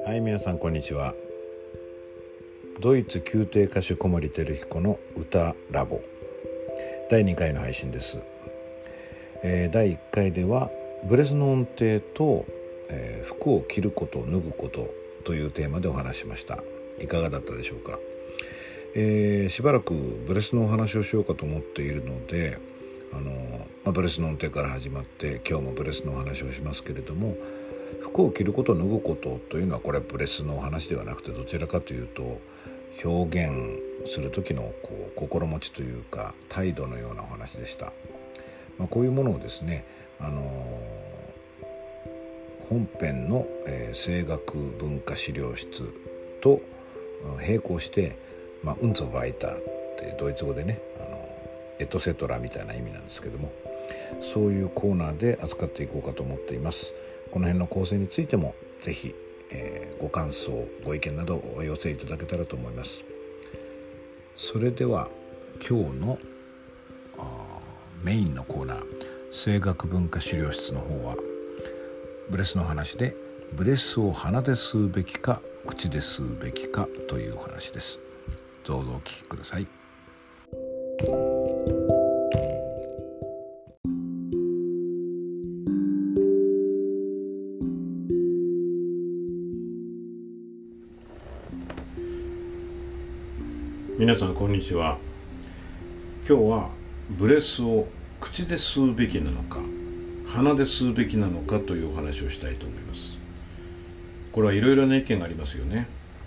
はい、皆さんこんにちは。ドイツ宮廷歌手小森照彦の歌ラボ第2回の配信です。第1回ではブレスの音程と、服を着ること脱ぐことというテーマでお話しました。いかがだったでしょうか。しばらくブレスのお話をしようかと思っているので、ブレスの音程から始まって今日もブレスのお話をしますけれども、服を着ること脱ぐことというのはこれブレスのお話ではなくて、どちらかというと表現する時の心持ちというか態度のようなお話でした。こういうものをですね、本編の、声楽文化資料室と並行してund so weiterっていうドイツ語でね、エトセトラみたいな意味なんですけども、そういうコーナーで扱っていこうかと思っています。この辺の構成についてもぜひ、ご感想ご意見などお寄せいただけたらと思います。それでは今日のメインのコーナー、声楽文化資料室の方はブレスの話で、ブレスを鼻で吸うべきか口で吸うべきかというお話です。どうぞお聞きください。皆さんこんにちは。今日はブレスを口で吸うべきなのか鼻で吸うべきなのかというお話をしたいと思います。これはいろいろな意見がありますよね。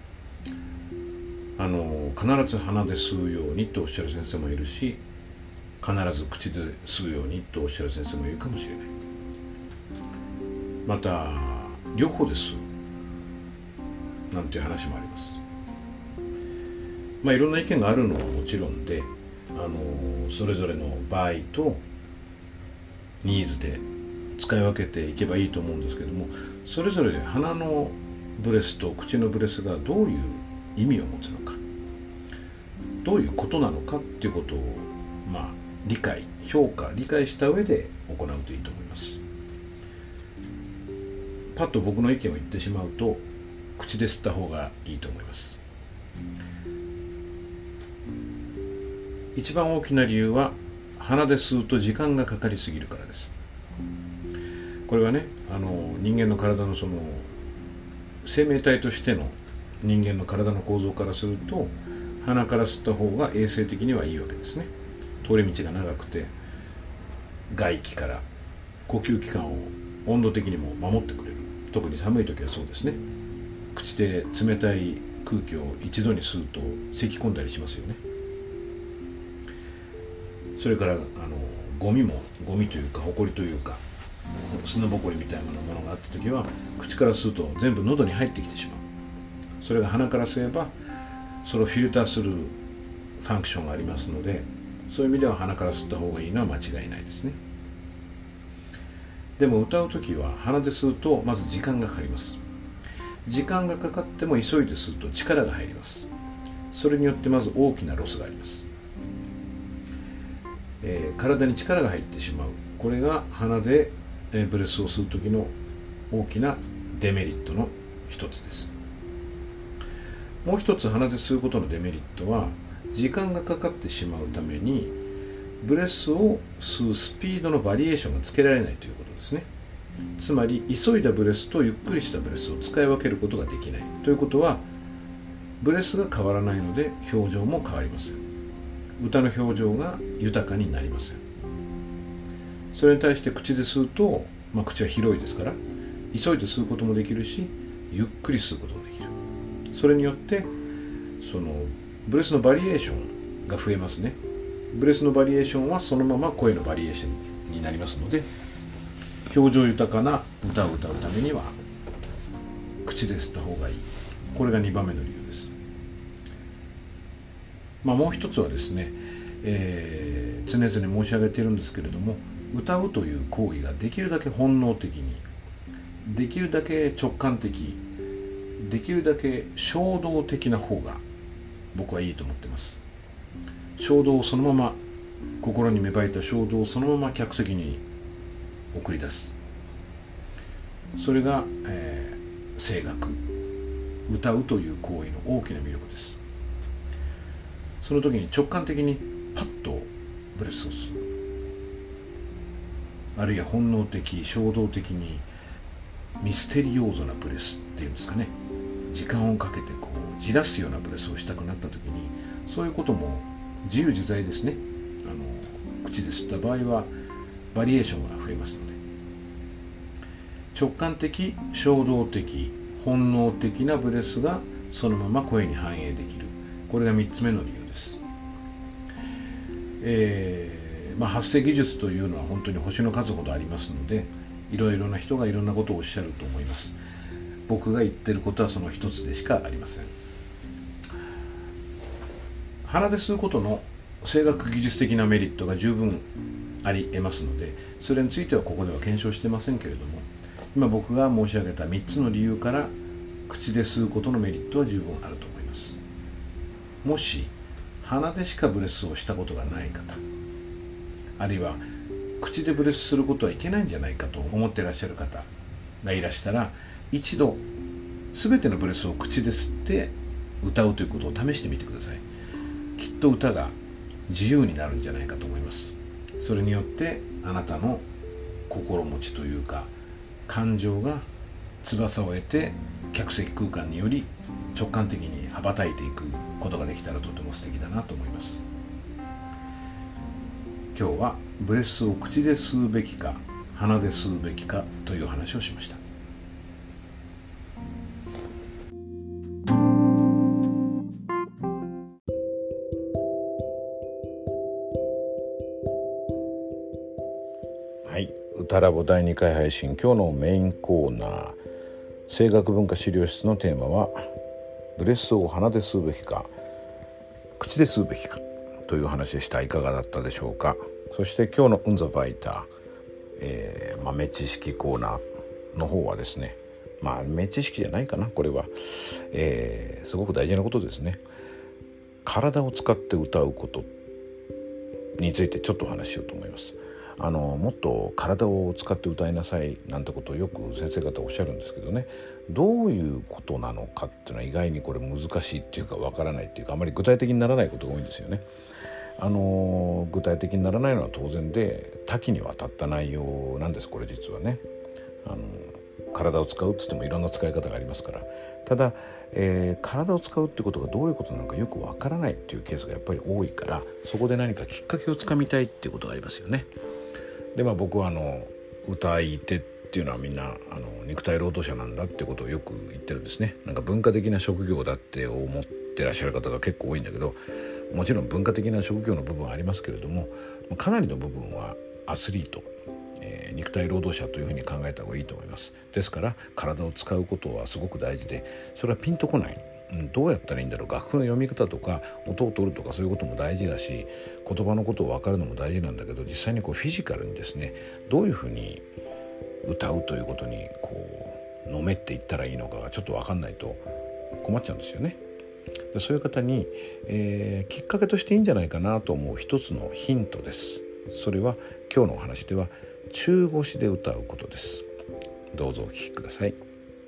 必ず鼻で吸うようにとおっしゃる先生もいるし、必ず口で吸うようにとおっしゃる先生もいるかもしれない。また両方で吸うなんていう話もあります。いろんな意見があるのはもちろんで、それぞれの場合とニーズで使い分けていけばいいと思うんですけども、それぞれ鼻のブレスと口のブレスがどういう意味を持つのか、どういうことなのかっていうことを理解した上で行うといいと思います。パッと僕の意見を言ってしまうと、口で吸った方がいいと思います。一番大きな理由は鼻で吸うと時間がかかりすぎるからです。これはね、人間の体のその生命体としての人間の体の構造からすると、鼻から吸った方が衛生的にはいいわけですね。通り道が長くて外気から呼吸器官を温度的にも守ってくれる。特に寒い時はそうですね。口で冷たい空気を一度に吸うと咳き込んだりしますよね。それからゴミというか埃というか砂ぼこりみたいなものがあった時は、口から吸うと全部喉に入ってきてしまう。それが鼻から吸えばそれをフィルターするファンクションがありますので、そういう意味では鼻から吸った方がいいのは間違いないですね。でも歌う時は鼻で吸うとまず時間がかかります。時間がかかっても急いで吸うと力が入ります。それによってまず大きなロスがあります。体に力が入ってしまう。これが鼻で、ブレスを吸う時の大きなデメリットの一つです。もう一つ、鼻で吸うことのデメリットは、時間がかかってしまうためにブレスを吸うスピードのバリエーションがつけられないということですね。つまり急いだブレスとゆっくりしたブレスを使い分けることができないということは、ブレスが変わらないので表情も変わりません。歌の表情が豊かになりません。それに対して口で吸うと、口は広いですから急いで吸うこともできるし、ゆっくり吸うこともできる。それによってそのブレスのバリエーションが増えますね。ブレスのバリエーションはそのまま声のバリエーションになりますので、表情豊かな歌を歌うためには口で吸った方がいい。これが2番目の理由です。もう一つはですね、常々申し上げているんですけれども、歌うという行為ができるだけ本能的に、できるだけ直感的、できるだけ衝動的な方が僕はいいと思っています。衝動をそのまま、心に芽生えた衝動をそのまま客席に送り出す。それが、声楽歌うという行為の大きな魅力です。その時に直感的にパッとブレスをする、あるいは本能的衝動的にミステリオーゾなブレスっていうんですかね、時間をかけてこうじらすようなブレスをしたくなった時に、そういうことも自由自在ですね。口で吸った場合はバリエーションが増えますので、直感的衝動的本能的なブレスがそのまま声に反映できる、これが3つ目の理由です。発声技術というのは本当に星の数ほどありますので、いろいろな人がいろんなことをおっしゃると思います。僕が言ってることはその一つでしかありません。鼻で吸うことの声楽技術的なメリットが十分あり得ますので、それについてはここでは検証してませんけれども、今僕が申し上げた3つの理由から口で吸うことのメリットは十分あると思います。もし鼻でしかブレスをしたことがない方、あるいは口でブレスすることはいけないんじゃないかと思っていらっしゃる方がいらしたら、一度全てのブレスを口で吸って歌うということを試してみてください。きっと歌が自由になるんじゃないかと思います。それによってあなたの心持ちというか感情が翼を得て客席空間により直感的に羽ばたいていくことができたらとても素敵だなと思います。今日はブレスを口で吸うべきか鼻で吸うべきかという話をしました。はい、歌ラボ第2回配信、今日のメインコーナー、声楽文化資料室のテーマはブレスを鼻で吸うべきか口で吸うべきかという話でした。いかがだったでしょうか。そして今日のウンザバイター、豆知識コーナーの方はですね、豆知識じゃないかな、これは、すごく大事なことですね。体を使って歌うことについてちょっとお話ししようと思います。もっと体を使って歌いなさいなんてことをよく先生方おっしゃるんですけどね、どういうことなのかっていうのは意外にこれ難しいっていうかわからないっていうか、あまり具体的にならないことが多いんですよね。具体的にならないのは当然で、多岐にわたった内容なんです。これ実はね、体を使うって言ってもいろんな使い方がありますから。ただ、体を使うってことがどういうことなのかよくわからないっていうケースがやっぱり多いから、そこで何かきっかけをつかみたいっていうことがありますよね。で、僕は歌い手っていうのはみんな肉体労働者なんだってことをよく言ってるんですね。なんか文化的な職業だって思ってらっしゃる方が結構多いんだけど、もちろん文化的な職業の部分はありますけれども、かなりの部分はアスリート、肉体労働者というふうに考えた方がいいと思います。ですから体を使うことはすごく大事で、それはピンとこない、どうやったらいいんだろう、楽譜の読み方とか音を取るとかそういうことも大事だし、言葉のことを分かるのも大事なんだけど、実際にフィジカルにですね、どういうふうに歌うということにのめっていったらいいのかがちょっと分かんないと困っちゃうんですよね。で、そういう方に、きっかけとしていいんじゃないかなと思う一つのヒントです。それは今日のお話では中腰で歌うことです。どうぞお聞きください。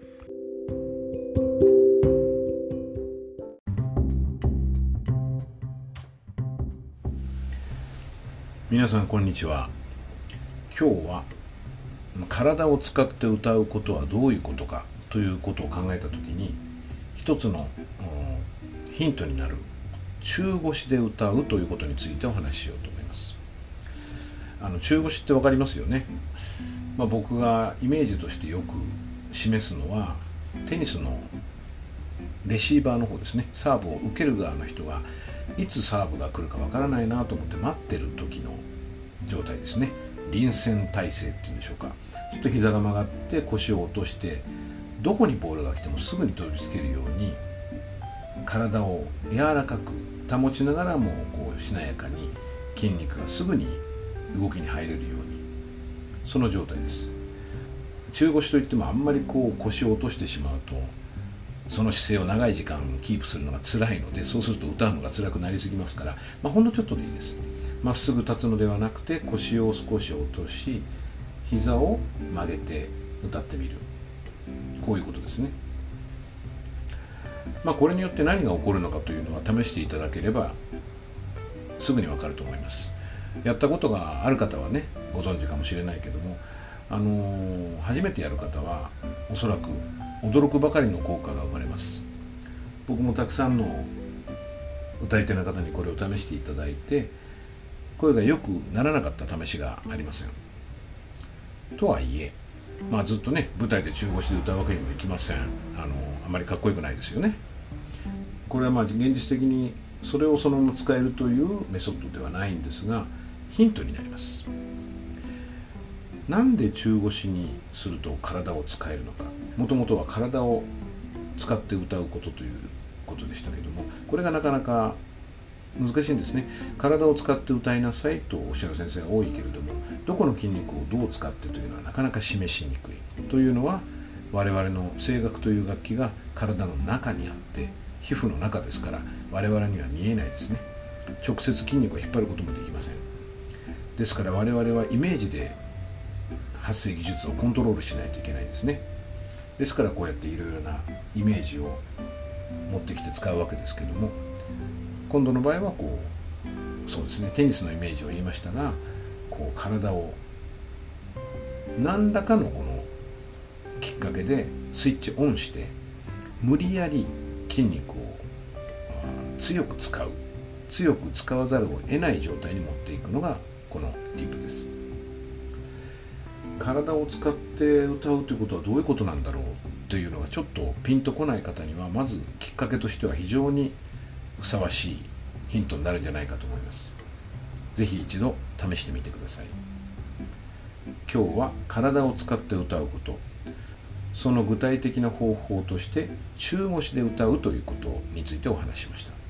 皆さんこんにちは。今日は体を使って歌うことはどういうことかということを考えたときに、一つのヒントになる中腰で歌うということについてお話ししようと思います。中腰って分かりますよね。僕がイメージとしてよく示すのは、テニスのレシーバーの方ですね。サーブを受ける側の人がいつサーブが来るか分からないなと思って待ってる時の状態ですね。臨戦態勢っていうんでしょうか。ちょっと膝が曲がって腰を落として、どこにボールが来てもすぐに飛びつけるように体を柔らかく保ちながらもしなやかに筋肉がすぐに動きに入れるように、その状態です。中腰といってもあんまり腰を落としてしまうと、その姿勢を長い時間キープするのが辛いので、そうすると歌うのが辛くなりすぎますから、ほんのちょっとでいいです。まっすぐ立つのではなくて、腰を少し落とし、膝を曲げて歌ってみる、こういうことですね。 これによって何が起こるのかというのは試していただければすぐに分かると思います。やったことがある方はねご存知かもしれないけども、初めてやる方はおそらく驚くばかりの効果が生まれます。僕もたくさんの歌い手の方にこれを試していただいて、声が良くならなかった試しがありません。とはいえ、ずっとね舞台で中腰で歌うわけにもいきません。あまりかっこよくないですよね。これは現実的にそれをそのまま使えるというメソッドではないんですが、ヒントになります。なんで中腰にすると体を使えるのか。もともとは体を使って歌うことということでしたけども、これがなかなか難しいんですね。体を使って歌いなさいとおっしゃる先生が多いけれども、どこの筋肉をどう使ってというのはなかなか示しにくい。というのは我々の声楽という楽器が体の中にあって皮膚の中ですから、我々には見えないですね。直接筋肉を引っ張ることもできません。ですから我々はイメージで発声技術をコントロールしないといけないんですね。ですからこうやっていろいろなイメージを持ってきて使うわけですけども、今度の場合はそうですね、テニスのイメージを言いましたが、体を何らかのこのきっかけでスイッチオンして無理やり筋肉を強く使わざるを得ない状態に持っていくのがこのティップです。体を使って歌うということはどういうことなんだろうというのがちょっとピンとこない方には、まずきっかけとしては非常にふさわしいヒントになるんじゃないかと思います。ぜひ一度試してみてください。今日は体を使って歌うこと、その具体的な方法として中腰で歌うということについてお話ししました。